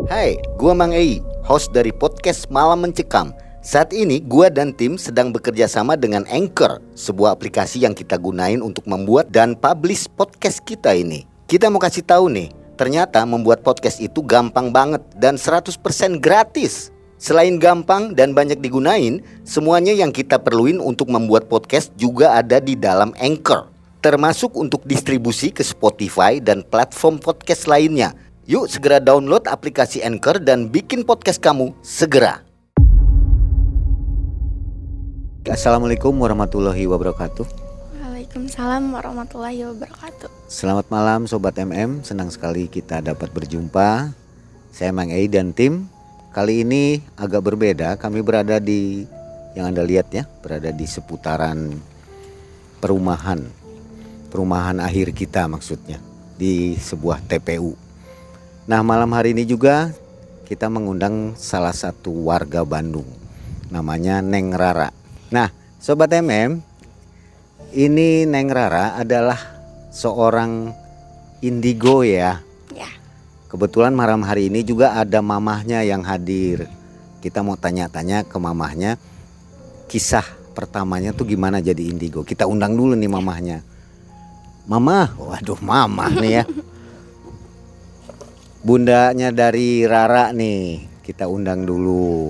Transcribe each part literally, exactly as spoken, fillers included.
Hai, gua Mang Ei, host dari podcast Malam Mencekam. Saat ini gua dan tim sedang bekerja sama dengan Anchor, sebuah aplikasi yang kita gunain untuk membuat dan publish podcast kita ini. Kita mau kasih tahu nih, ternyata membuat podcast itu gampang banget dan seratus persen gratis. Selain gampang dan banyak digunain, semuanya yang kita perluin untuk membuat podcast juga ada di dalam Anchor, termasuk untuk distribusi ke Spotify dan platform podcast lainnya. Yuk segera download aplikasi Anchor dan bikin podcast kamu segera. Assalamualaikum warahmatullahi wabarakatuh. Waalaikumsalam warahmatullahi wabarakatuh. Selamat malam Sobat M M, senang sekali kita dapat berjumpa. Saya Mang Ei dan tim. Kali ini agak berbeda, kami berada di, yang Anda lihat ya, berada di seputaran perumahan. Perumahan akhir kita maksudnya, di sebuah T P U. Nah, malam hari ini juga kita mengundang salah satu warga Bandung, namanya Neng Rara. Nah, Sobat M M, ini Neng Rara adalah seorang indigo ya. Ya. Kebetulan malam hari ini juga ada mamahnya yang hadir. Kita mau tanya-tanya ke mamahnya, kisah pertamanya tuh gimana jadi indigo. Kita undang dulu nih mamahnya. Mama, waduh mamah nih ya. Bundanya dari Rara nih, kita undang dulu.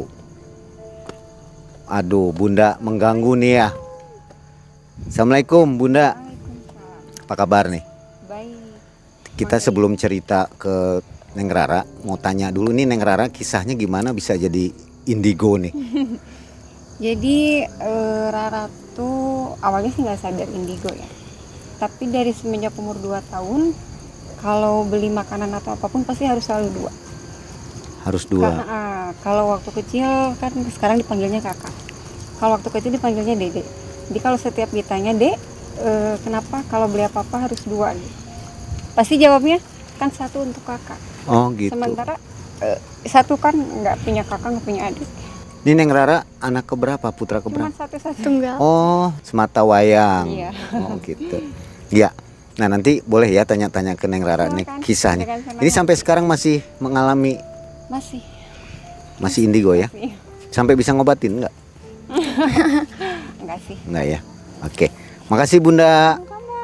Aduh, Bunda mengganggu nih ya. Assalamualaikum Bunda. Apa kabar nih? Baik. Kita sebelum cerita ke Neng Rara, mau tanya dulu nih Neng Rara, kisahnya gimana bisa jadi indigo nih? Jadi uh, Rara tuh awalnya sih nggak sadar indigo ya. Tapi dari semenjak umur dua tahun, kalau beli makanan atau apapun pasti harus selalu dua. Harus dua. Karena uh, kalau waktu kecil kan sekarang dipanggilnya kakak. Kalau waktu kecil dipanggilnya dede. Jadi kalau setiap ditanya dek, uh, kenapa kalau beli apa-apa harus dua gitu. Pasti jawabnya kan satu untuk kakak. Oh gitu. Sementara uh, satu kan nggak punya kakak, nggak punya adik. Ini Neng Rara anak keberapa? Putra keberapa? Cuma satu-satu. Tunggal. Oh, semata wayang. Iya. Oh gitu. Iya. Nah nanti boleh ya tanya-tanya ke Neng Rara nih kisahnya. Ini sampai sekarang masih mengalami masih masih indigo ya? Masih. Sampai bisa ngobatin enggak? Enggak sih. Enggak ya. Oke. Makasih Bunda.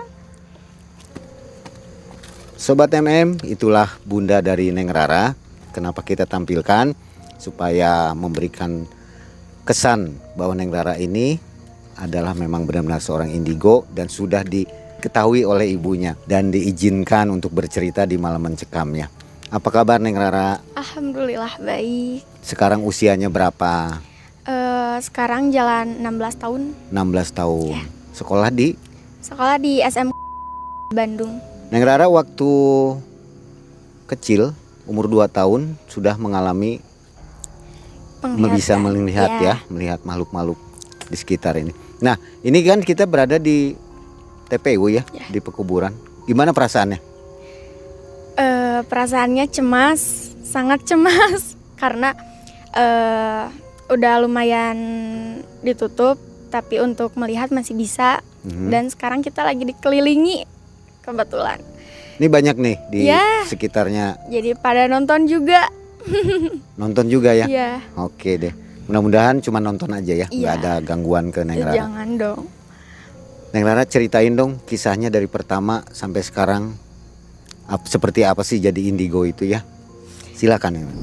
Sobat M M, itulah Bunda dari Neng Rara. Kenapa kita tampilkan? Supaya memberikan kesan bahwa Neng Rara ini adalah memang benar-benar seorang indigo dan sudah diketahui oleh ibunya dan diizinkan untuk bercerita di Malam Mencekamnya. Apa kabar Neng Rara? Alhamdulillah baik. Sekarang usianya berapa? Uh, sekarang jalan enam belas tahun. enam belas tahun. Ya. Sekolah di? Sekolah di S M Bandung. Neng Rara waktu kecil umur dua tahun sudah mengalami Penglihatan. bisa melihat ya. ya, melihat makhluk-makhluk di sekitar ini. Nah, ini kan kita berada di T P U ya, ya. Di pekuburan. Gimana perasaannya? Uh, perasaannya cemas, sangat cemas karena uh, udah lumayan ditutup, tapi untuk melihat masih bisa. Mm-hmm. Dan sekarang kita lagi dikelilingi kebetulan. Ini banyak nih di ya, sekitarnya. Jadi pada nonton juga. Nonton juga ya? Iya. Oke deh. Mudah-mudahan cuma nonton aja ya, nggak iya. ada gangguan ke Neng Rara. Jangan dong. Neng Rara ceritain dong kisahnya dari pertama sampai sekarang. Ap, seperti apa sih jadi indigo itu ya? Silakan ya.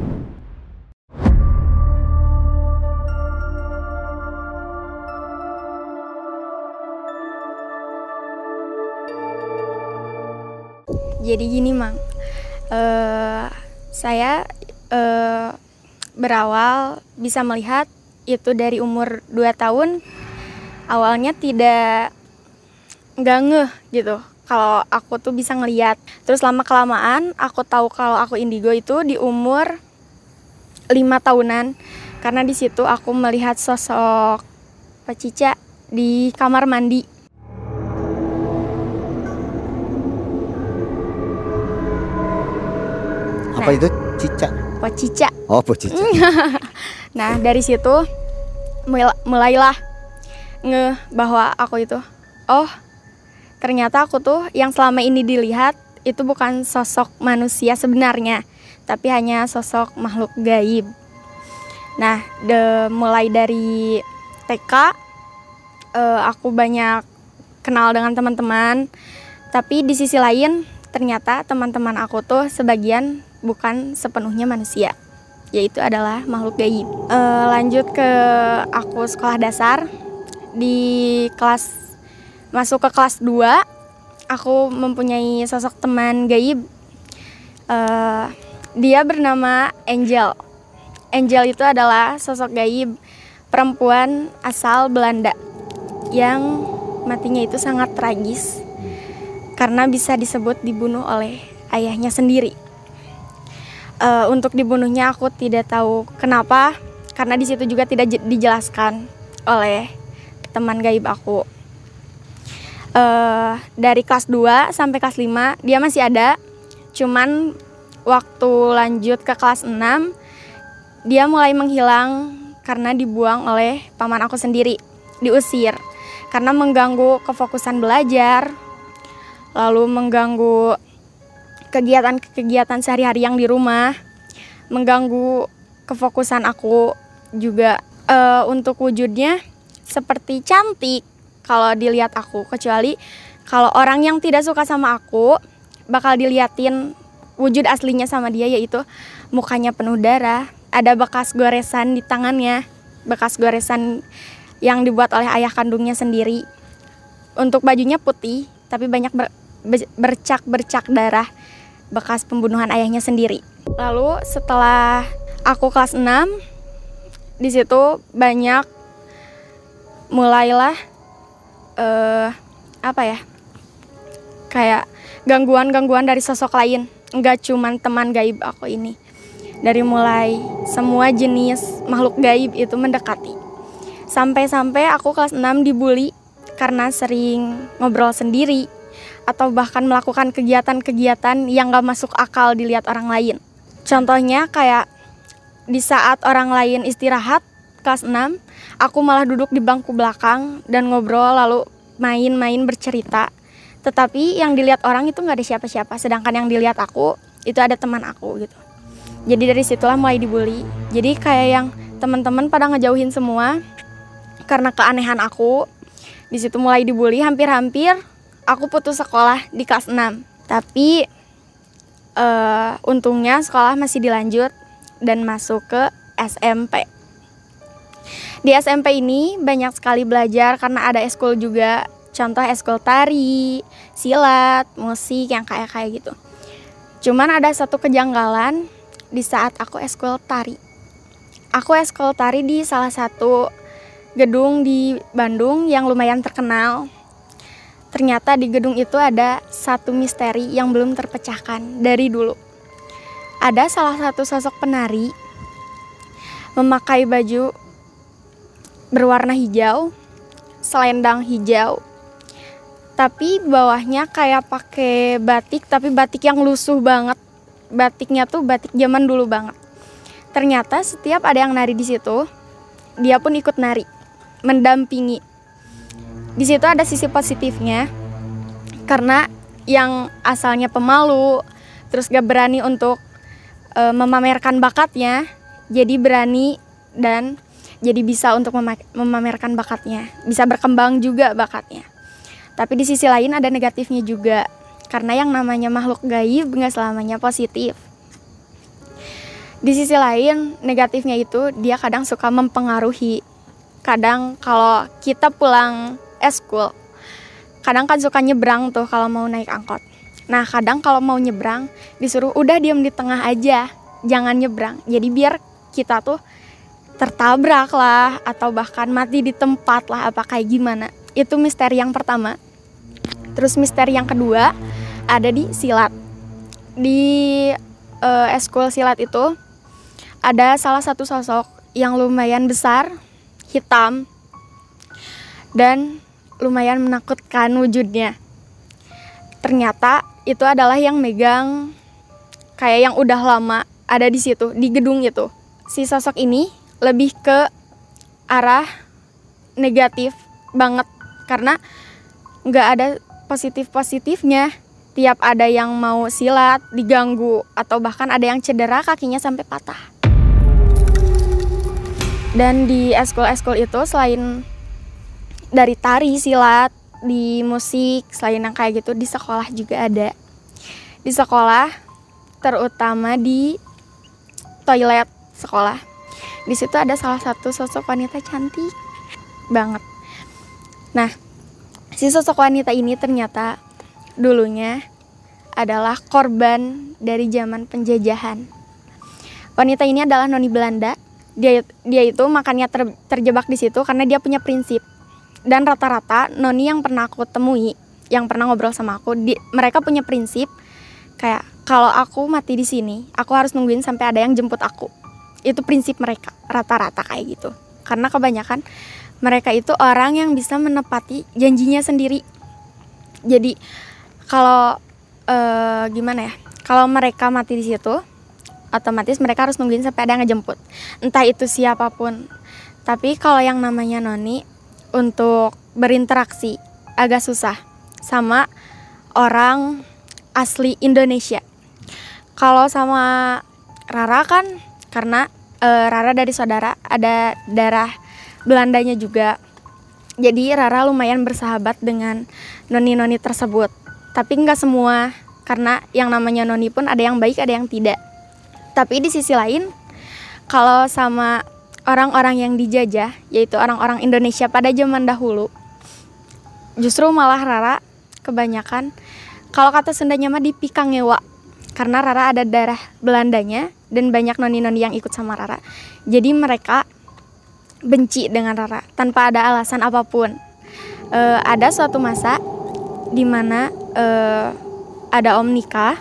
Jadi gini Mang, uh, saya uh, berawal bisa melihat itu dari umur dua tahun. Awalnya tidak nggak ngeh gitu kalau aku tuh bisa ngelihat. Terus lama kelamaan aku tahu kalau aku indigo itu di umur lima tahunan, karena di situ aku melihat sosok Pak Cica di kamar mandi. Apa nah, itu Cica? Pak Cica. Oh, Pak Cica. Nah, dari situ mulailah ngeh bahwa aku itu, oh ternyata aku tuh yang selama ini dilihat itu bukan sosok manusia sebenarnya, tapi hanya sosok makhluk gaib. Nah, de, mulai dari T K uh, aku banyak kenal dengan teman-teman, tapi di sisi lain ternyata teman-teman aku tuh sebagian bukan sepenuhnya manusia, yaitu adalah makhluk gaib. Uh, lanjut ke aku sekolah dasar, di kelas masuk ke kelas dua, aku mempunyai sosok teman gaib. Uh, dia bernama Angel. Angel itu adalah sosok gaib perempuan asal Belanda yang matinya itu sangat tragis karena bisa disebut dibunuh oleh ayahnya sendiri. Uh, untuk dibunuhnya aku tidak tahu kenapa, karena di situ juga tidak dijelaskan oleh teman gaib aku. Uh, dari kelas dua sampai kelas lima dia masih ada, cuman waktu lanjut ke kelas enam dia mulai menghilang karena dibuang oleh paman aku sendiri, diusir karena mengganggu kefokusan belajar, lalu mengganggu kegiatan-kegiatan sehari-hari yang di rumah, mengganggu kefokusan aku juga. Uh, untuk wujudnya seperti cantik kalau dilihat aku, kecuali kalau orang yang tidak suka sama aku bakal diliatin wujud aslinya sama dia, yaitu mukanya penuh darah, ada bekas goresan di tangannya, bekas goresan yang dibuat oleh ayah kandungnya sendiri. Untuk bajunya putih tapi banyak ber, bercak-bercak darah, bekas pembunuhan ayahnya sendiri. Lalu setelah aku kelas enam, di situ banyak mulailah uh, apa ya, kayak gangguan-gangguan dari sosok lain. Enggak cuman teman gaib aku ini, dari mulai semua jenis makhluk gaib itu mendekati. Sampai-sampai aku kelas enam dibully karena sering ngobrol sendiri atau bahkan melakukan kegiatan-kegiatan yang gak masuk akal dilihat orang lain. Contohnya kayak di saat orang lain istirahat kelas enam, aku malah duduk di bangku belakang dan ngobrol lalu main-main bercerita. Tetapi yang dilihat orang itu gak ada siapa-siapa, sedangkan yang dilihat aku itu ada teman aku gitu. Jadi dari situlah mulai dibully. Jadi kayak yang teman-teman pada ngejauhin semua karena keanehan aku. Di situ mulai dibully, hampir-hampir aku putus sekolah di kelas enam. Tapi uh, untungnya sekolah masih dilanjut dan masuk ke S M P. Di S M P ini banyak sekali belajar karena ada eskul juga. Contoh eskul tari, silat, musik yang kayak kayak gitu. Cuman ada satu kejanggalan di saat aku eskul tari. Aku eskul tari di salah satu gedung di Bandung yang lumayan terkenal. Ternyata di gedung itu ada satu misteri yang belum terpecahkan dari dulu. Ada salah satu sosok penari memakai baju berwarna hijau, selendang hijau, tapi bawahnya kayak pakai batik, tapi batik yang lusuh banget. Batiknya tuh batik zaman dulu banget. Ternyata setiap ada yang nari di situ, dia pun ikut nari, mendampingi. Di situ ada sisi positifnya, karena yang asalnya pemalu, terus gak berani untuk e, memamerkan bakatnya, jadi berani dan jadi bisa untuk mema- memamerkan bakatnya, bisa berkembang juga bakatnya. Tapi di sisi lain ada negatifnya juga, karena yang namanya makhluk gaib gak selamanya positif. Di sisi lain negatifnya itu dia kadang suka mempengaruhi. Kadang kalau kita pulang eskul, kadang kan suka nyebrang tuh kalau mau naik angkot. Nah kadang kalau mau nyebrang disuruh udah diem di tengah aja, jangan nyebrang. Jadi biar kita tuh tertabrak lah atau bahkan mati di tempat lah, apa kayak gimana. Itu misteri yang pertama. Terus misteri yang kedua ada di silat. Di uh, eskul silat itu ada salah satu sosok yang lumayan besar, hitam, dan lumayan menakutkan wujudnya. Ternyata itu adalah yang megang kayak yang udah lama ada di situ, di gedung itu. Si sosok ini lebih ke arah negatif banget karena nggak ada positif-positifnya. tiap ada yang mau silat diganggu atau bahkan ada yang cedera kakinya sampai patah. Dan di eskul-eskul itu selain dari tari, silat, di musik, selain yang kayak gitu di sekolah juga ada. Di sekolah, terutama di toilet sekolah. Di situ ada salah satu sosok wanita cantik banget. Nah, si sosok wanita ini ternyata dulunya adalah korban dari zaman penjajahan. Wanita ini adalah noni Belanda. Dia dia itu makanya ter, terjebak di situ karena dia punya prinsip. Dan rata-rata noni yang pernah aku temui, yang pernah ngobrol sama aku, di, mereka punya prinsip kayak kalau aku mati di sini, aku harus nungguin sampai ada yang jemput aku. Itu prinsip mereka, rata-rata kayak gitu. Karena kebanyakan mereka itu orang yang bisa menepati janjinya sendiri. Jadi kalau eh, gimana ya? Kalau mereka mati di situ, otomatis mereka harus nungguin sampai ada yang ngejemput. Entah itu siapapun. Tapi kalau yang namanya noni untuk berinteraksi agak susah sama orang asli Indonesia. Kalau sama Rara kan karena e, Rara dari saudara ada darah Belandanya juga. Jadi Rara lumayan bersahabat dengan noni-noni tersebut. Tapi nggak semua, karena yang namanya noni pun ada yang baik ada yang tidak. Tapi di sisi lain, kalau sama orang-orang yang dijajah, yaitu orang-orang Indonesia pada zaman dahulu, justru malah Rara kebanyakan, kalau kata Sundanya mah dipikangewa, karena Rara ada darah Belandanya dan banyak noni-noni yang ikut sama Rara. Jadi mereka benci dengan Rara tanpa ada alasan apapun. E, ada suatu masa di mana e, ada om nikah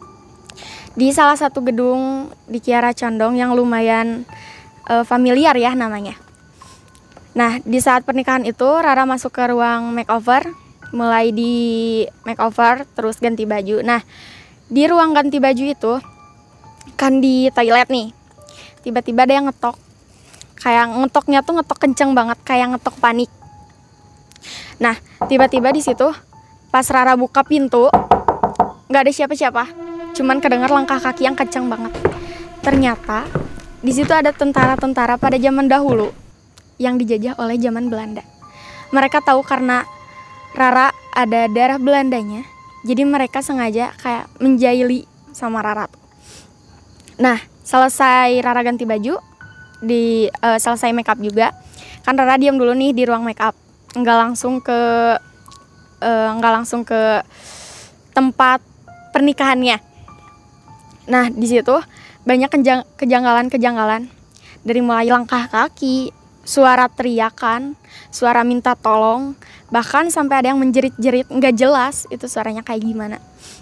di salah satu gedung di Kiara Condong yang lumayan e, familiar ya namanya. Nah, di saat pernikahan itu Rara masuk ke ruang makeover, mulai di makeover terus ganti baju. Nah, di ruang ganti baju itu kan di toilet nih. Tiba-tiba ada yang ngetok. Kayak ngetoknya tuh ngetok kenceng banget, kayak ngetok panik. Nah, tiba-tiba di situ pas Rara buka pintu, nggak ada siapa-siapa. Cuman kedengar langkah kaki yang kenceng banget. Ternyata di situ ada tentara-tentara pada zaman dahulu yang dijajah oleh zaman Belanda. Mereka tahu karena Rara ada darah Belandanya, jadi mereka sengaja kayak menjahili sama Rara. Nah, selesai Rara ganti baju, di uh, selesai make up juga, kan Rara diam dulu nih di ruang make up, nggak langsung ke uh, nggak langsung ke tempat pernikahannya. Nah, di situ banyak kejang- kejanggalan-kejanggalan, dari mulai langkah kaki, suara teriakan, suara minta tolong, bahkan sampai ada yang menjerit-jerit, nggak jelas itu suaranya kayak gimana.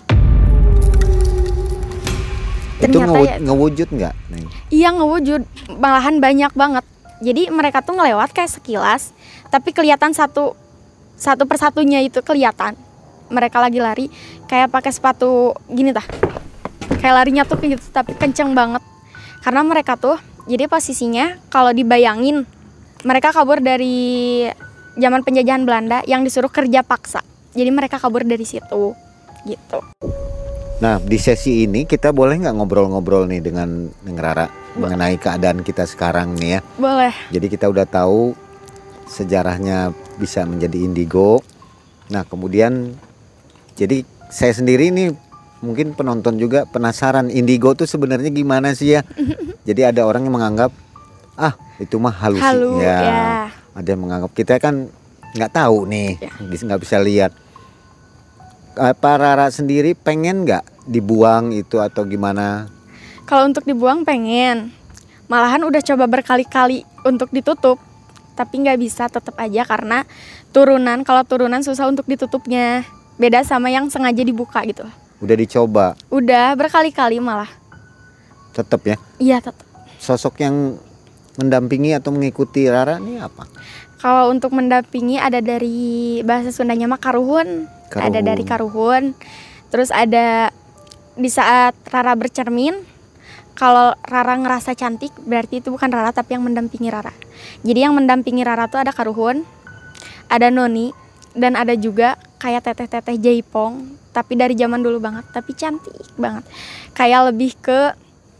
Itu ngewu- ya, ngewujud nggak? Iya ngewujud, malahan banyak banget. Jadi mereka tuh ngelewat kayak sekilas, tapi kelihatan satu satu persatunya itu kelihatan. Mereka lagi lari, kayak pakai sepatu gini tah. Kayak larinya tuh gitu, tapi kenceng banget. Karena mereka tuh, jadi posisinya kalau dibayangin, mereka kabur dari zaman penjajahan Belanda yang disuruh kerja paksa. Jadi mereka kabur dari situ, gitu. Nah, di sesi ini kita boleh nggak ngobrol-ngobrol nih dengan, dengan Rara boleh. Mengenai keadaan kita sekarang nih ya? Boleh. Jadi kita udah tahu sejarahnya bisa menjadi indigo. Nah, kemudian jadi saya sendiri nih mungkin penonton juga penasaran indigo tuh sebenarnya gimana sih ya? Jadi ada orang yang menganggap ah itu mah halusi. Halu, ya. ya. Ada yang menganggap, kita kan nggak tahu nih, ya. nggak bisa lihat. Pak Rara sendiri pengen nggak dibuang itu atau gimana? Kalau untuk dibuang pengen, malahan udah coba berkali-kali untuk ditutup, tapi nggak bisa, tetap aja karena turunan. Kalau turunan susah untuk ditutupnya, beda sama yang sengaja dibuka gitu. Udah dicoba? Udah berkali-kali malah. Tetap ya? Iya tetap. Sosok yang mendampingi atau mengikuti Rara ini apa? Kalau untuk mendampingi ada dari bahasa Sundanya mah karuhun. Karuhun. Ada dari karuhun. Terus ada di saat Rara bercermin, kalau Rara ngerasa cantik berarti itu bukan Rara tapi yang mendampingi Rara. Jadi yang mendampingi Rara tuh ada karuhun, ada noni, dan ada juga kayak teteh-teteh jaipong, tapi dari zaman dulu banget, tapi cantik banget. Kayak lebih ke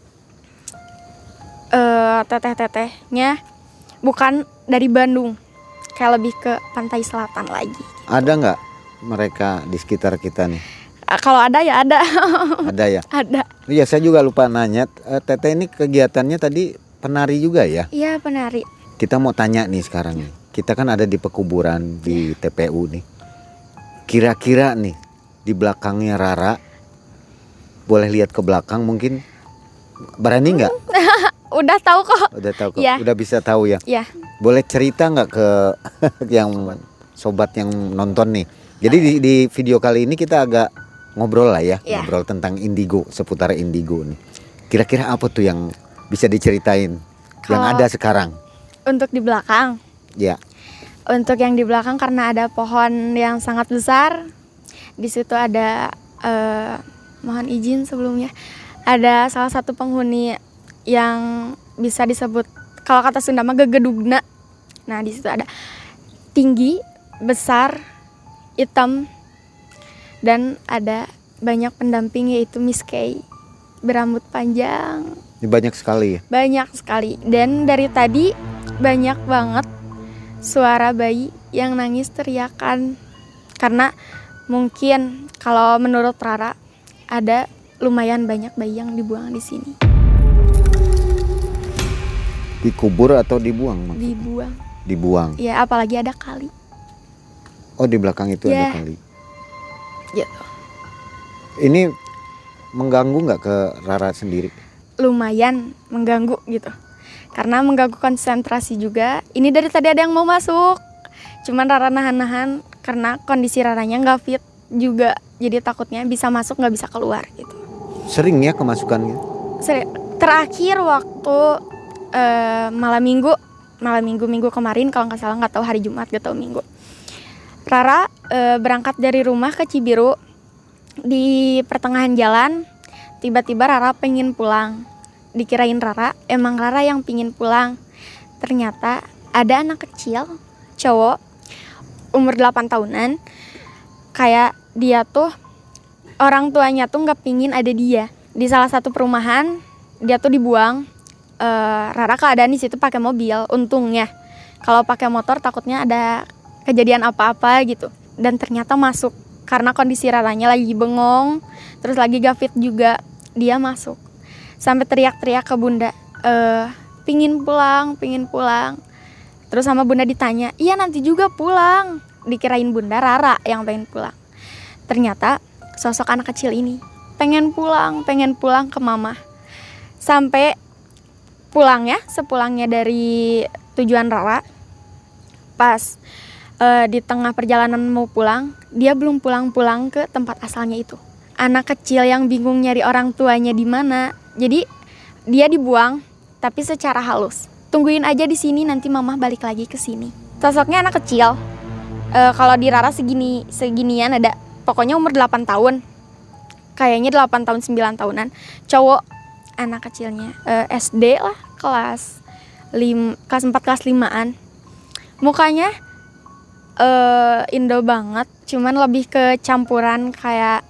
uh, teteh-tetehnya bukan dari Bandung, kayak lebih ke pantai selatan lagi. Ada nggak mereka di sekitar kita nih? Uh, kalau ada ya ada. Ada ya? Ada. Iya, saya juga lupa nanya. Uh, teteh ini kegiatannya tadi penari juga ya? Iya, penari. Kita mau tanya nih sekarang nih. Kita kan ada di pekuburan di T P U nih. Kira-kira nih di belakangnya Rara, boleh lihat ke belakang mungkin, berani nggak? Udah tahu kok. Udah tahu kok. Ya. Udah bisa tahu ya. Ya. Boleh cerita nggak ke yang sobat yang nonton nih? Jadi di, di video kali ini kita agak ngobrol lah ya, ya. Ngobrol tentang indigo, seputar indigo nih. Kira-kira apa tuh yang bisa diceritain Kalo yang ada sekarang? Untuk di belakang. Ya. Untuk yang di belakang karena ada pohon yang sangat besar. Di situ ada eh, mohon izin sebelumnya, ada salah satu penghuni yang bisa disebut kalau kata Sunda mah gegedugna. Nah, di situ ada tinggi, besar, hitam, dan ada banyak pendamping yaitu Miss Kay berambut panjang. Ini banyak sekali ya? Banyak sekali. Dan dari tadi banyak banget suara bayi yang nangis teriakan. Karena mungkin kalau menurut Rara ada lumayan banyak bayi yang dibuang di sini. Dikubur atau dibuang maksudnya? Dibuang. Dibuang. Ya, apalagi ada kali. Oh, di belakang itu Ya. ada kali. Gitu. Ini mengganggu nggak ke Rara sendiri? Lumayan mengganggu gitu. Karena mengganggu konsentrasi juga. Ini dari tadi ada yang mau masuk. Cuman Rara nahan-nahan karena kondisi Raranya nggak fit juga. Jadi takutnya bisa masuk nggak bisa keluar gitu. Sering ya kemasukannya? Seri- Terakhir waktu uh, malam minggu, malam minggu minggu kemarin kalau nggak salah, nggak tahu hari Jumat, nggak tahu minggu. Rara uh, berangkat dari rumah ke Cibiru. Di pertengahan jalan tiba-tiba Rara pengen pulang. Dikirain Rara, emang Rara yang pingin pulang. Ternyata ada anak kecil, cowok, umur delapan tahunan. Kayak dia tuh, orang tuanya tuh gak pingin ada dia. Di salah satu perumahan, dia tuh dibuang. Uh, Rara keadaan di situ pakai mobil, untungnya. Kalau pakai motor takutnya ada kejadian apa-apa gitu. Dan ternyata masuk. Karena kondisi Raranya lagi bengong, terus lagi gak fit juga, dia masuk. Sampai teriak-teriak ke bunda, e, pingin pulang, pingin pulang. Terus sama bunda ditanya, iya nanti juga pulang. Dikirain bunda Rara yang pengen pulang. Ternyata sosok anak kecil ini pengen pulang, pengen pulang ke mama. Sampai pulangnya, sepulangnya dari tujuan Rara, pas e, di tengah perjalanan mau pulang, dia belum pulang-pulang ke tempat asalnya itu. Anak kecil yang bingung nyari orang tuanya di mana. Jadi dia dibuang tapi secara halus. Tungguin aja di sini, nanti mama balik lagi ke sini. Sosoknya anak kecil. E, kalau di Rara segini seginian ada, pokoknya umur delapan tahun. Kayaknya delapan tahun sembilan tahunan. Cowok, anak kecilnya e, S D lah, kelas lim, kelas empat kelas limaan. Mukanya e, Indo banget, cuman lebih ke campuran kayak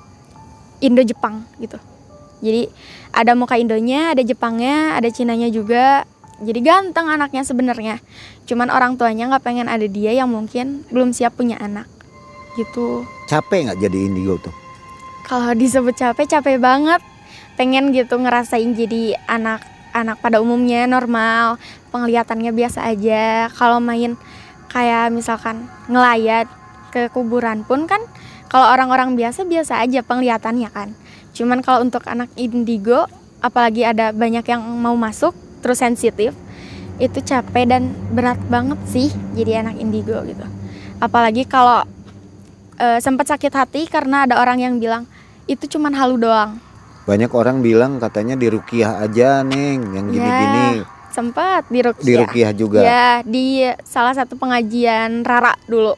Indo Jepang gitu. Jadi ada muka Indonya, ada Jepangnya, ada Cinanya juga. Jadi ganteng anaknya sebenarnya. Cuman orang tuanya nggak pengen ada dia yang mungkin belum siap punya anak. Gitu. Capek nggak jadi indigo tuh? Kalau disebut capek, capek banget. Pengen gitu ngerasain jadi anak-anak pada umumnya normal, penglihatannya biasa aja. Kalau main kayak misalkan ngelayat ke kuburan pun kan, kalau orang-orang biasa biasa aja penglihatannya kan. Cuman kalau untuk anak indigo, apalagi ada banyak yang mau masuk terus sensitif, itu capek dan berat banget sih jadi anak indigo gitu. Apalagi kalau e, sempat sakit hati karena ada orang yang bilang itu cuman halu doang. Banyak orang bilang katanya diruqyah aja Neng, yang gini-gini. Ya, sempat diruqyah. Diruqyah juga. Ya, di salah satu pengajian Rara dulu.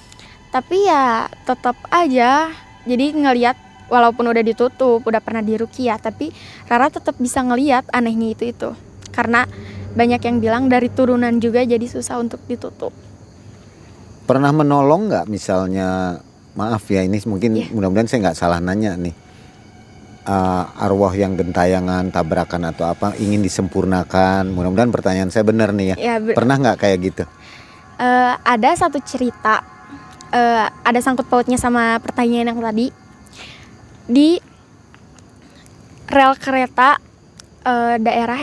Tapi ya tetap aja, jadi ngelihat walaupun udah ditutup, udah pernah diruqyah, tapi Rara tetap bisa ngelihat anehnya itu itu. Karena banyak yang bilang dari turunan juga jadi susah untuk ditutup. Pernah menolong nggak misalnya maaf ya ini mungkin yeah. mudah-mudahan saya nggak salah nanya nih. Uh, arwah yang gentayangan, tabrakan atau apa ingin disempurnakan. Mudah-mudahan pertanyaan saya benar nih ya. ya ber- Pernah nggak kayak gitu? Uh, ada satu cerita, uh, ada sangkut pautnya sama pertanyaan yang tadi. Di rel kereta uh, daerah,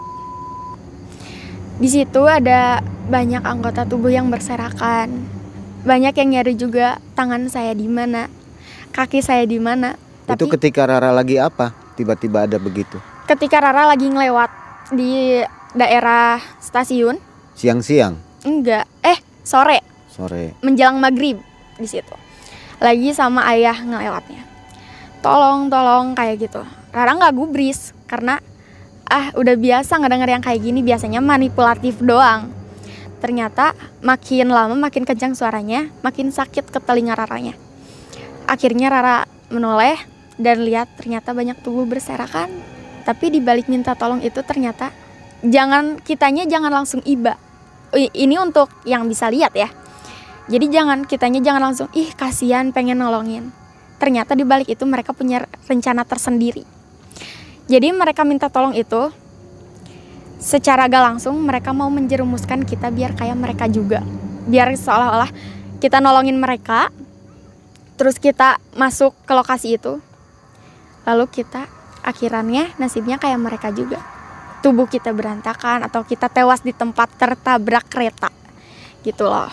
di situ ada banyak anggota tubuh yang berserakan. Banyak yang nyari juga tangan saya di mana, kaki saya di mana. Itu Tapi, ketika Rara lagi apa? Tiba-tiba ada begitu. Ketika Rara lagi ngelewat di daerah stasiun. Siang-siang? Enggak, eh sore. Sore. Menjelang maghrib di situ. Lagi sama ayah ngelewatnya. Tolong, tolong kayak gitu. Rara nggak gubris karena ah udah biasa ngedenger yang kayak gini, biasanya manipulatif doang. Ternyata makin lama makin kencang suaranya, makin sakit ke telinga Raranya. Akhirnya Rara menoleh dan lihat ternyata banyak tubuh berserakan. Tapi di balik minta tolong itu ternyata jangan kitanya jangan langsung iba. Ini untuk yang bisa lihat ya. Jadi jangan kitanya jangan langsung ih kasihan pengen nolongin. Ternyata di balik itu mereka punya rencana tersendiri. Jadi mereka minta tolong itu secara gak langsung mereka mau menjerumuskan kita biar kayak mereka juga. Biar seolah-olah kita nolongin mereka, terus kita masuk ke lokasi itu, lalu kita akhirannya nasibnya kayak mereka juga. Tubuh kita berantakan atau kita tewas di tempat tertabrak kereta. Gitu loh.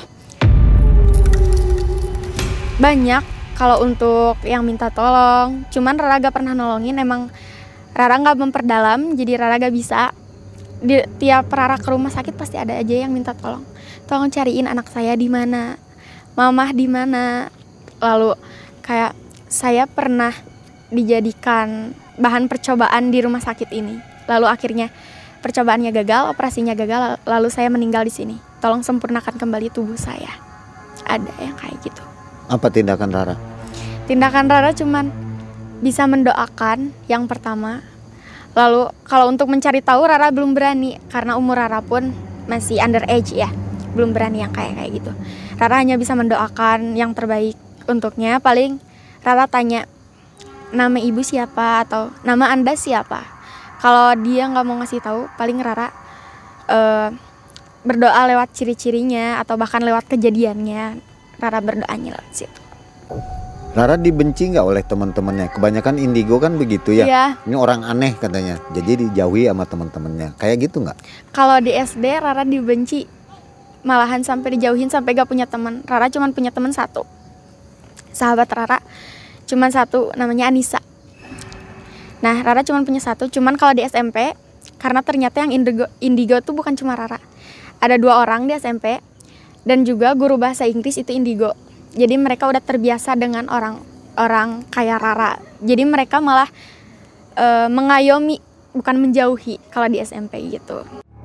Banyak kalau untuk yang minta tolong, cuman Rara gak pernah nolongin, emang Rara gak memperdalam, jadi Rara gak bisa. Di, tiap Rara ke rumah sakit pasti ada aja yang minta tolong. Tolong cariin anak saya di mana, mamah di mana. Lalu kayak saya pernah dijadikan bahan percobaan di rumah sakit ini. Lalu akhirnya percobaannya gagal, operasinya gagal, lalu saya meninggal di sini. Tolong sempurnakan kembali tubuh saya. Ada yang kayak gitu. Apa tindakan Rara? Tindakan Rara cuman bisa mendoakan yang pertama. Lalu kalau untuk mencari tahu Rara belum berani karena umur Rara pun masih underage ya. Belum berani yang kayak kayak gitu. Rara hanya bisa mendoakan yang terbaik untuknya. Paling Rara tanya nama ibu siapa atau nama Anda siapa. Kalau dia nggak mau ngasih tahu, paling Rara uh, berdoa lewat ciri-cirinya atau bahkan lewat kejadiannya. Rara berdoanya lewat situ. Rara dibenci nggak oleh teman-temannya? Kebanyakan indigo kan begitu ya. Iya. Ini orang aneh katanya. Jadi dijauhi sama teman-temannya. Kayak gitu nggak? Kalau di S D Rara dibenci, malahan sampai dijauhin sampai gak punya teman. Rara cuma punya teman satu. Sahabat Rara cuma satu, namanya Anissa. Nah, Rara cuma punya satu. Cuman kalau di S M P, karena ternyata yang indigo, indigo tuh bukan cuma Rara. Ada dua orang di S M P dan juga guru bahasa Inggris itu indigo. Jadi mereka udah terbiasa dengan orang-orang kayak Rara. Jadi mereka malah e, mengayomi, bukan menjauhi kalau di S M P gitu.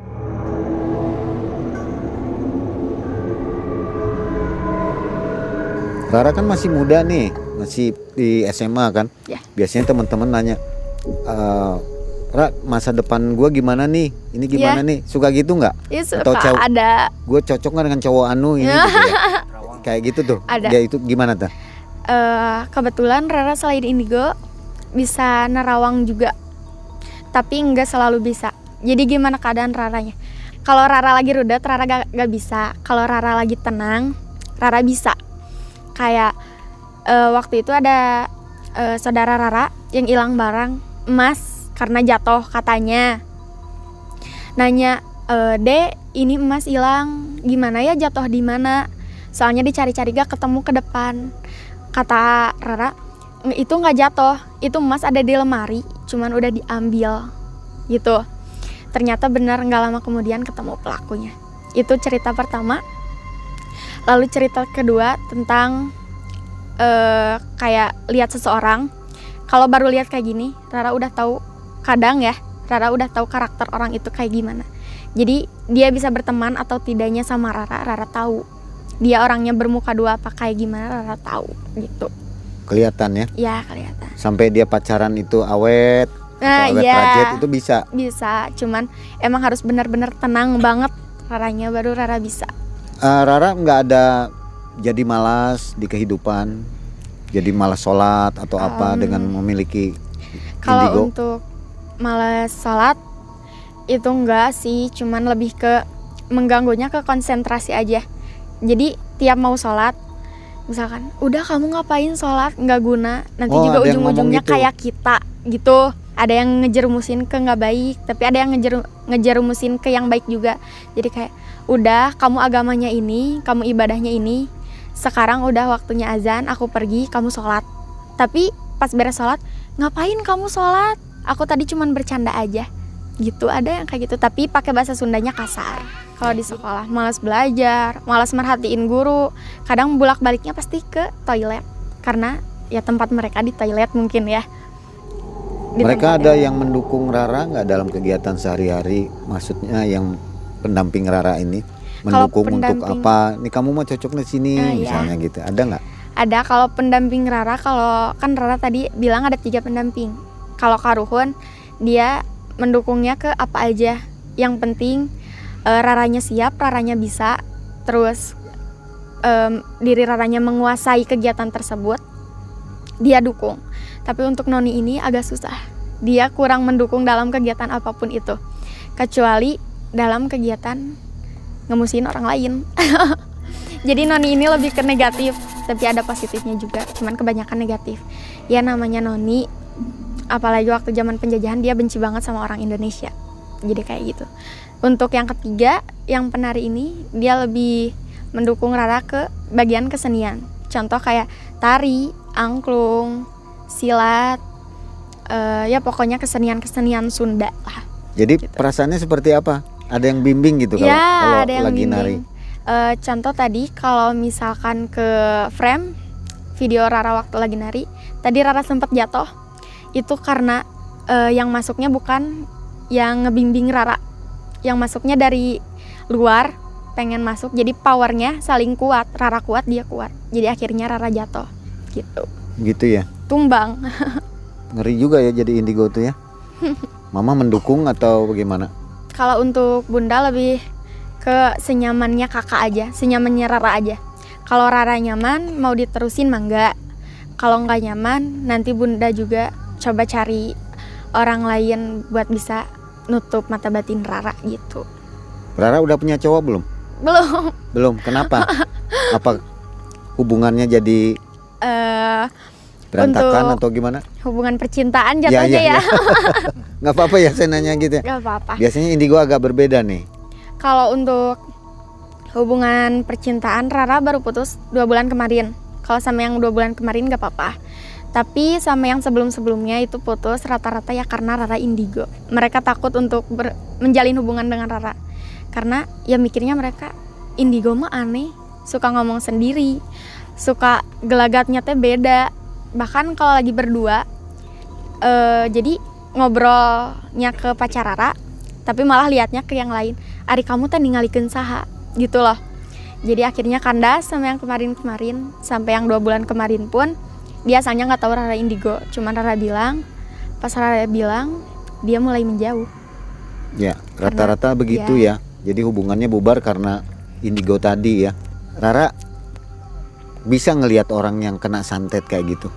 Rara kan masih muda nih, masih di S M A kan. Ya. Biasanya teman-teman nanya, e, Ra, masa depan gue gimana nih? Ini gimana ya. nih? Suka gitu nggak? Ya, suka. Atau cow- ada. Gue cocok nggak dengan cowok anu ini? Gitu ya? Kayak gitu tuh. Ada. Ya itu gimana tuh? Uh, kebetulan Rara selain indigo bisa nerawang juga, tapi nggak selalu bisa. Jadi gimana keadaan Raranya? Kalau Rara lagi rudet, Rara gak, gak bisa. Kalau Rara lagi tenang, Rara bisa. Kayak uh, waktu itu ada uh, saudara Rara yang hilang barang emas karena jatuh katanya. Nanya, e, Dek, ini emas hilang, gimana ya jatuh di mana? Soalnya dicari-cari gak ketemu ke depan. Kata Rara, itu gak jatuh, itu emas ada di lemari, cuman udah diambil gitu. Ternyata benar gak lama kemudian ketemu pelakunya. Itu cerita pertama. Lalu cerita kedua tentang uh, kayak lihat seseorang. Kalau baru lihat kayak gini, Rara udah tahu, kadang ya, Rara udah tahu karakter orang itu kayak gimana. Jadi dia bisa berteman atau tidaknya sama Rara, Rara tahu. Dia orangnya bermuka dua apa kayak gimana, Rara tahu gitu. Kelihatan ya? Iya, kelihatan. Sampai dia pacaran itu awet, nah, atau awet ya, rajit itu bisa? Bisa, cuman emang harus benar-benar tenang banget Raranya baru Rara bisa. Uh, Rara nggak ada jadi malas di kehidupan? Jadi malas sholat atau um, apa dengan memiliki kalau indigo? untuk malas sholat itu enggak sih, cuman lebih ke mengganggunya ke konsentrasi aja. Jadi tiap mau sholat, misalkan, udah kamu ngapain sholat, nggak guna, nanti Oh, juga ada yang ujung-ujungnya ngomong gitu. kayak kita gitu. Ada yang ngejerumusin ke nggak baik, tapi ada yang ngejeru, ngejerumusin ke yang baik juga. Jadi kayak, udah kamu agamanya ini, kamu ibadahnya ini, sekarang udah waktunya azan, aku pergi, kamu sholat. Tapi pas beres sholat, ngapain kamu sholat? Aku tadi cuman bercanda aja. Gitu, ada yang kayak gitu, tapi pakai bahasa Sundanya kasar. Kalau di sekolah malas belajar, malas merhatiin guru, kadang bolak-baliknya pasti ke toilet karena ya tempat mereka di toilet mungkin ya. Di Mereka tempat ada yang- yang mendukung Rara nggak dalam kegiatan sehari-hari? Maksudnya yang pendamping Rara ini Kalau mendukung untuk pendamping- apa? Nih kamu mau cocok di sini Ah, iya. misalnya gitu. Ada nggak? Ada. Kalau pendamping Rara, kalau kan Rara tadi bilang ada tiga pendamping. Kalau Karuhun dia mendukungnya ke apa aja. Yang penting e, Raranya siap, Raranya bisa, terus em, diri Raranya menguasai kegiatan tersebut, dia dukung. Tapi untuk Noni ini agak susah. Dia kurang mendukung dalam kegiatan apapun itu, kecuali dalam kegiatan ngemusihin orang lain. Jadi Noni ini lebih ke negatif, tapi ada positifnya juga, cuman kebanyakan negatif. Ya namanya Noni, apalagi waktu zaman penjajahan dia benci banget sama orang Indonesia. Jadi kayak gitu. Untuk yang ketiga, yang penari ini, dia lebih mendukung Rara ke bagian kesenian. Contoh kayak tari, angklung, silat, uh, ya pokoknya kesenian-kesenian Sunda lah. Jadi Gitu. perasaannya seperti apa? Ada yang bimbing gitu kalau, Ya, kalau ada yang lagi nari? bimbing. Uh, contoh tadi kalau misalkan ke frame video Rara waktu lagi nari, tadi Rara sempat jatuh. Itu karena uh, yang masuknya bukan yang ngebimbing Rara, yang masuknya dari luar pengen masuk, jadi powernya saling kuat. Rara kuat, dia kuat, jadi akhirnya Rara jatuh gitu, Gitu ya. tumbang. Ngeri juga ya jadi indigo tuh ya. Mama mendukung atau bagaimana? Kalau untuk Bunda lebih ke senyamannya kakak aja, senyamannya Rara aja. Kalau Rara nyaman mau diterusin mah enggak. Kalau nggak nyaman nanti Bunda juga coba cari orang lain buat bisa nutup mata batin Rara gitu. Rara udah punya cowok belum? Belum. Belum. Kenapa? Apa hubungannya jadi eh berantakan Untuk- atau gimana? hubungan percintaan jatuhnya ya. Nggak apa-apa ya saya nanya gitu ya. Gak apa-apa. Biasanya indigo agak berbeda nih. Kalau untuk hubungan percintaan, Rara baru putus dua bulan kemarin. Kalau sama yang dua bulan kemarin gak apa-apa. Tapi sama yang sebelum-sebelumnya itu putus rata-rata ya karena Rara indigo. Mereka takut untuk ber- menjalin hubungan dengan Rara. Karena ya mikirnya mereka indigo mah aneh, suka ngomong sendiri, suka gelagatnya teh beda. Bahkan kalau lagi berdua, eh, jadi ngobrolnya ke pacar Rara, tapi malah liatnya ke yang lain. Ari kamu teh ningalikeun saha gitu loh. Jadi akhirnya kandas sama yang kemarin-kemarin, sampai yang dua bulan kemarin pun dia asalnya nggak tahu Rara indigo, cuman Rara bilang, pas Rara bilang dia mulai menjauh. Ya, rata-rata begitu ya. Jadi hubungannya bubar karena indigo tadi ya. Rara bisa ngelihat orang yang kena santet kayak gitu?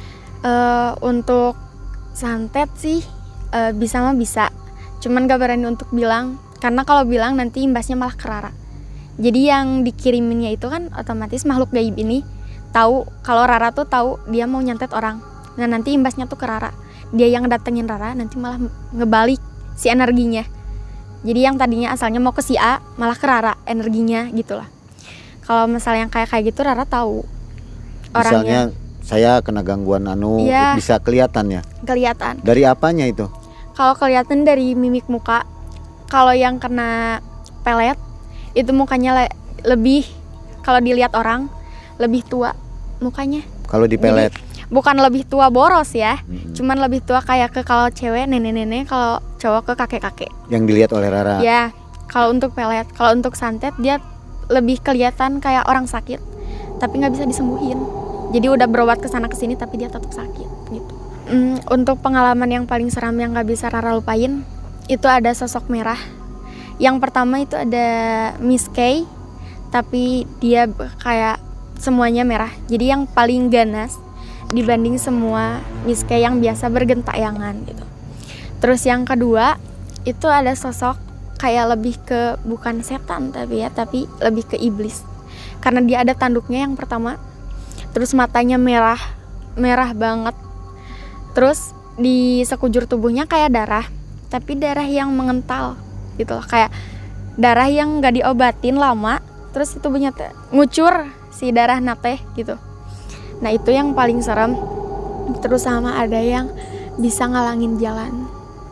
Eh, untuk santet sih eh, bisa mah bisa, cuman gak berani untuk bilang, karena kalau bilang nanti imbasnya malah ke Rara. Jadi yang dikiriminnya itu kan otomatis makhluk gaib ini tahu kalau Rara tuh tahu dia mau nyantet orang. Nah nanti imbasnya tuh ke Rara. Dia yang datengin Rara nanti malah ngebalik si energinya. Jadi yang tadinya asalnya mau ke si A malah ke Rara energinya gitulah. Kalau misalnya yang kayak kayak gitu Rara tahu orangnya. Misalnya saya kena gangguan anu, Iya. bisa kelihatan ya. Kelihatan. Dari apanya itu? Kalau kelihatan dari mimik muka. Kalau yang kena pelet itu mukanya le- lebih, kalau dilihat orang lebih tua mukanya. Kalau di pelet. Jadi, bukan lebih tua boros ya, Mm-mm. cuman lebih tua kayak ke kalau cewek nenek-nenek, kalau cowok ke kakek-kakek. Yang dilihat oleh Rara. Ya, kalau untuk pelet, kalau untuk santet dia lebih kelihatan kayak orang sakit, tapi nggak bisa disembuhin. Jadi udah berobat ke sana ke sini tapi dia tetap sakit gitu. Hmm, untuk pengalaman yang paling seram yang nggak bisa Rara lupain, itu ada sosok merah. Yang pertama itu ada Miss Kay, tapi dia kayak semuanya merah. Jadi yang paling ganas dibanding semua miskai yang biasa bergentayangan gitu. Terus yang kedua itu ada sosok kayak lebih ke bukan setan tapi ya, tapi lebih ke iblis. Karena dia ada tanduknya yang pertama. Terus matanya merah, merah banget. Terus di sekujur tubuhnya kayak darah, tapi darah yang mengental gitu loh, kayak darah yang gak diobatin lama, terus tubuhnya te- ngucur si darah nate gitu. Nah itu yang paling serem. Terus sama ada yang bisa ngalangin jalan.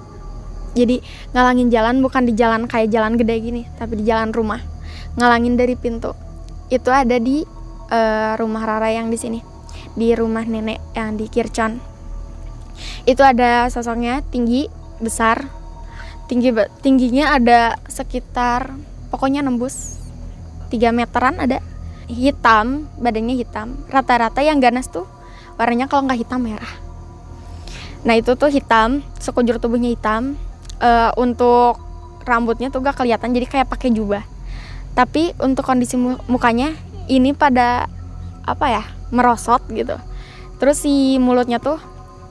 Jadi ngalangin jalan bukan di jalan kayak jalan gede gini, tapi di jalan rumah. Ngalangin dari pintu. Itu ada di uh, rumah Rara yang di sini, di rumah nenek yang di Kircon. Itu ada sosoknya tinggi, besar. Tinggi tingginya ada sekitar pokoknya nembus tiga meteran ada. Hitam, badannya hitam. Rata-rata yang ganas tuh warnanya kalau nggak hitam merah. Nah itu tuh hitam, sekujur tubuhnya hitam. Uh, untuk rambutnya tuh gak kelihatan, jadi kayak pakai jubah. Tapi untuk kondisi mukanya ini pada apa ya, merosot gitu. Terus si mulutnya tuh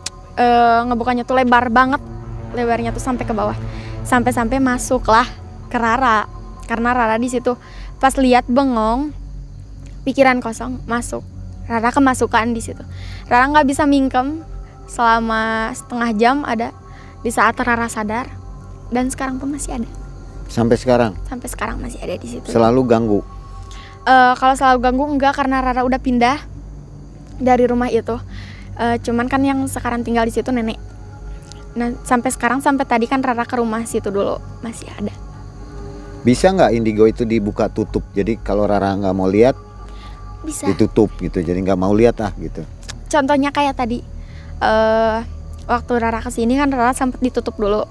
uh, ngebukanya tuh lebar banget, lebarnya tuh sampai ke bawah, sampai-sampai masuklah ke Rara. Karena Rara di situ pas lihat bengong, pikiran kosong, masuk. Rara kemasukan di situ. Rara nggak bisa mingkem selama setengah jam ada. Di saat Rara sadar, dan sekarang pun masih ada. Sampai sekarang? Sampai sekarang masih ada di situ. Selalu ganggu? Uh, kalau selalu ganggu enggak, karena Rara udah pindah dari rumah itu. Uh, cuman kan yang sekarang tinggal di situ nenek. Nah sampai sekarang, sampai tadi kan Rara ke rumah situ dulu masih ada. Bisa nggak indigo itu dibuka tutup? Jadi kalau Rara nggak mau lihat, bisa ditutup gitu. Jadi nggak mau lihat ah gitu. Contohnya kayak tadi. Uh, Waktu Rara kesini kan Rara sempat ditutup dulu.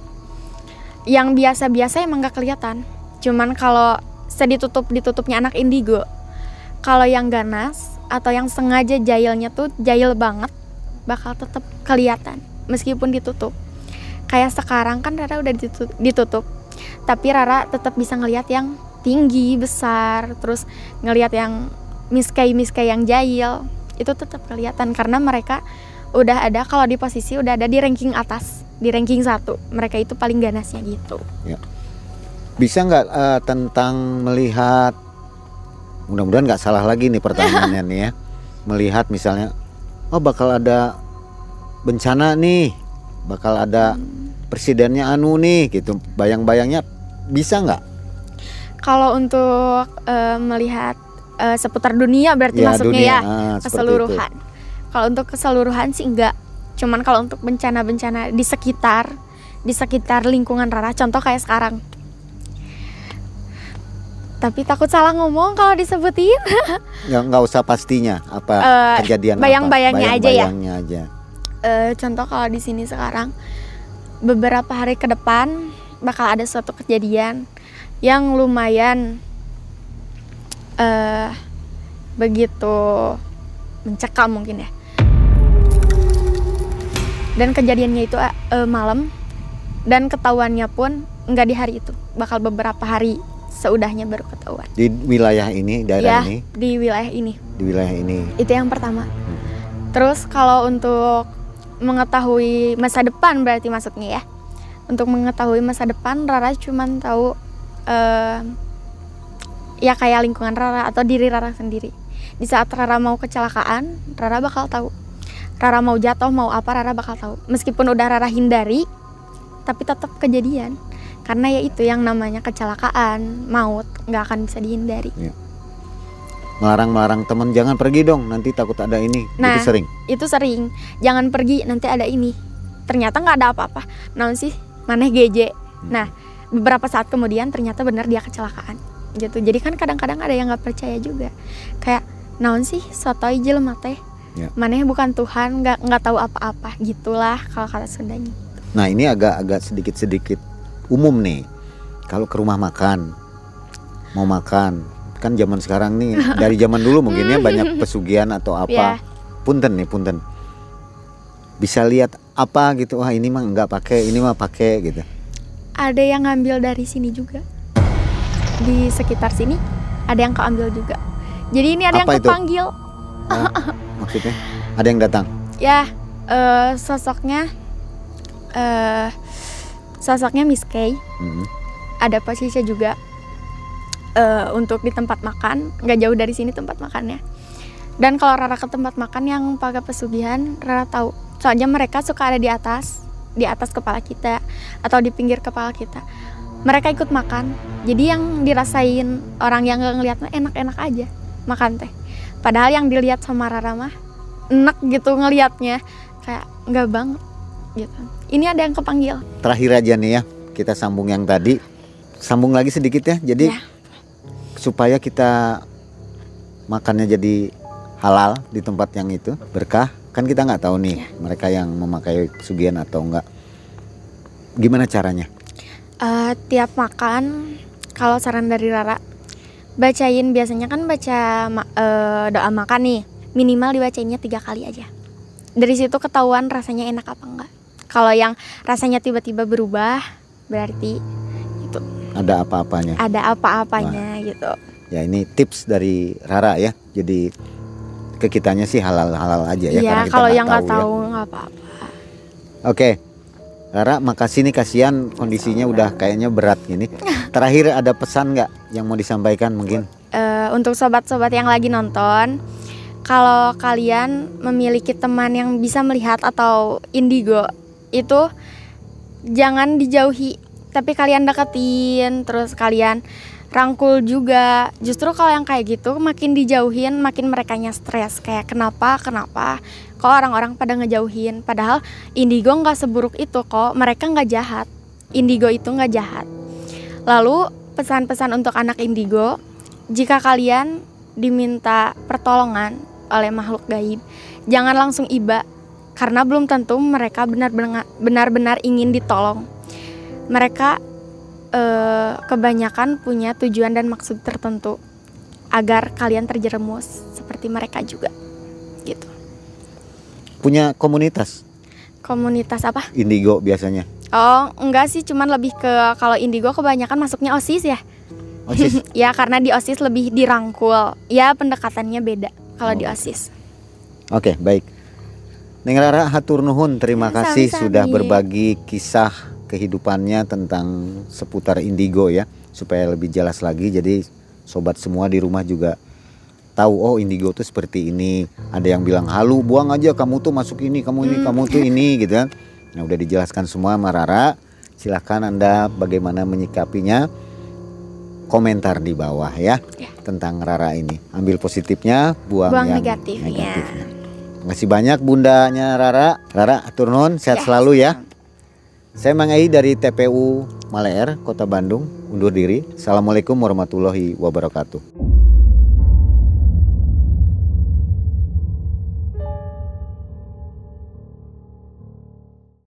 Yang biasa-biasa emang gak kelihatan. Cuman kalau seditutup ditutupnya anak indigo, kalau yang ganas atau yang sengaja jahilnya tuh jahil banget, bakal tetap kelihatan meskipun ditutup. Kayak sekarang kan Rara udah ditutup, ditutup tapi Rara tetap bisa ngelihat yang tinggi, besar, terus ngelihat yang miskai-miskai yang jahil, itu tetap kelihatan karena mereka udah ada, kalau di posisi udah ada di ranking atas, di ranking satu, mereka itu paling ganasnya gitu. Ya. Bisa nggak uh, tentang melihat, mudah-mudahan nggak salah lagi nih pertanyaannya nih ya, melihat misalnya, oh bakal ada bencana nih, bakal ada hmm. presidennya anu nih gitu, bayang-bayangnya bisa nggak? Kalau untuk uh, melihat uh, seputar dunia berarti ya, masuknya dunia, ya ah, keseluruhan. Kalau untuk keseluruhan sih enggak. Cuman kalau untuk bencana-bencana di sekitar di sekitar lingkungan Rara, contoh kayak sekarang. Tapi takut salah ngomong kalau disebutin. Ya nggak usah pastinya apa uh, kejadian bayang-bayangnya apa. aja ya. Bayang-bayangnya aja. Uh, contoh kalau di sini sekarang, beberapa hari ke depan bakal ada suatu kejadian yang lumayan uh, begitu mencekam mungkin ya. Dan kejadiannya itu uh, malam, dan ketahuannya pun nggak di hari itu, bakal beberapa hari seudahnya baru ketahuan. Di wilayah ini, daerah ya, ini? Di wilayah ini. Di wilayah ini. Itu yang pertama. Hmm. Terus kalau untuk mengetahui masa depan berarti masuknya ya. Untuk mengetahui masa depan, Rara cuma tahu uh, ya kayak lingkungan Rara atau diri Rara sendiri. Di saat Rara mau kecelakaan, Rara bakal tahu. Rara mau jatuh, mau apa, Rara bakal tahu. Meskipun udah Rara hindari, tapi tetap kejadian. Karena ya itu yang namanya kecelakaan, maut, nggak akan bisa dihindari. Ya. Melarang-melarang teman, jangan pergi dong, nanti takut ada ini. Nah, itu sering? Itu sering. Jangan pergi, nanti ada ini. Ternyata nggak ada apa-apa. Namun sih, maneh G J. Hmm. Nah, beberapa saat kemudian ternyata benar dia kecelakaan. Gitu. Jadi kan kadang-kadang ada yang nggak percaya juga. Kayak, naon sih, sotoy jelema teh. Ya. Maneh bukan Tuhan, nggak nggak tahu apa-apa, gitulah kalau kata Sundanya. Nah ini agak-agak sedikit-sedikit umum nih. Kalau ke rumah makan, mau makan, kan zaman sekarang nih, dari zaman dulu mungkin ya banyak pesugihan atau apa. Yeah. Punten nih, punten. Bisa lihat apa gitu, wah ini mah nggak pakai, ini mah pakai gitu. Ada yang ngambil dari sini juga. Di sekitar sini ada yang keambil juga. Jadi ini ada apa yang kepanggil. Oh, maksudnya ada yang datang? Ya, uh, sosoknya uh, sosoknya Miss K. Hmm. Ada posisi juga uh, untuk di tempat makan, nggak jauh dari sini tempat makannya. Dan kalau Rara ke tempat makan yang pakai pesugihan, Rara tahu. Soalnya mereka suka ada di atas, di atas kepala kita atau di pinggir kepala kita. Mereka ikut makan. Jadi yang dirasain orang yang nggak ngeliat mah enak-enak aja makan teh. Padahal yang dilihat sama Rara mah enak gitu ngelihatnya, kayak nggak banget gitu. Ini ada yang kepanggil. Terakhir aja nih ya, kita sambung yang tadi. Sambung lagi sedikit ya. Jadi ya, supaya kita makannya jadi halal di tempat yang itu, berkah. Kan kita nggak tahu nih ya, mereka yang memakai pesugihan atau enggak. Gimana caranya? Uh, tiap makan, kalau saran dari Rara, bacain, biasanya kan baca uh, doa makan nih, minimal dibacainnya tiga kali aja. Dari situ ketahuan rasanya enak apa enggak. Kalau yang rasanya tiba-tiba berubah, berarti itu ada apa-apanya. Ada apa-apanya. Wah, gitu. Ya, ini tips dari Rara ya. Jadi ke kitanya sih halal-halal aja ya. Iya, kalau yang nggak tahu nggak ya, apa-apa. Oke, Rara, makasih nih, kasihan kondisinya udah kayaknya berat gini. Terakhir ada pesan nggak yang mau disampaikan mungkin? Uh, untuk sobat-sobat yang lagi nonton, kalau kalian memiliki teman yang bisa melihat atau indigo, itu jangan dijauhi, tapi kalian deketin, terus kalian rangkul juga. Justru kalau yang kayak gitu makin dijauhin, makin merekanya stres. Kayak kenapa, kenapa kok orang-orang pada ngejauhin. Padahal indigo gak seburuk itu kok. Mereka gak jahat. Indigo itu gak jahat. Lalu pesan-pesan untuk anak indigo, jika kalian diminta pertolongan oleh makhluk gaib, jangan langsung iba, karena belum tentu mereka benar-benar benar-benar ingin ditolong. Mereka eh, kebanyakan punya tujuan dan maksud tertentu agar kalian terjerumus seperti mereka juga, gitu. Punya komunitas? Komunitas apa? Indigo biasanya. Oh, enggak sih, cuman lebih ke kalau indigo kebanyakan masuknya OSIS ya. OSIS? Ya, karena di OSIS lebih dirangkul. Ya, pendekatannya beda kalau oh. di OSIS. Oke, baik. Neng Rara, hatur nuhun, terima ya, kasih sami-sami. Sudah berbagi kisah kehidupannya tentang seputar indigo ya, supaya lebih jelas lagi. Jadi sobat semua di rumah juga tahu, oh indigo tuh seperti ini. Ada yang bilang halu, buang aja, kamu tuh masuk ini, kamu ini, hmm. kamu tuh ini gitu kan. Nah, udah dijelaskan semua sama Rara. Silahkan Anda bagaimana menyikapinya, komentar di bawah ya, ya. Tentang Rara ini. Ambil positifnya, buang, buang yang negatifnya. negatifnya. Terima kasih banyak bundanya Rara. Rara, atur nuhun, sehat ya, selalu ya. Saya Mang Ai dari T P U Maleer, Kota Bandung, undur diri. Assalamualaikum warahmatullahi wabarakatuh.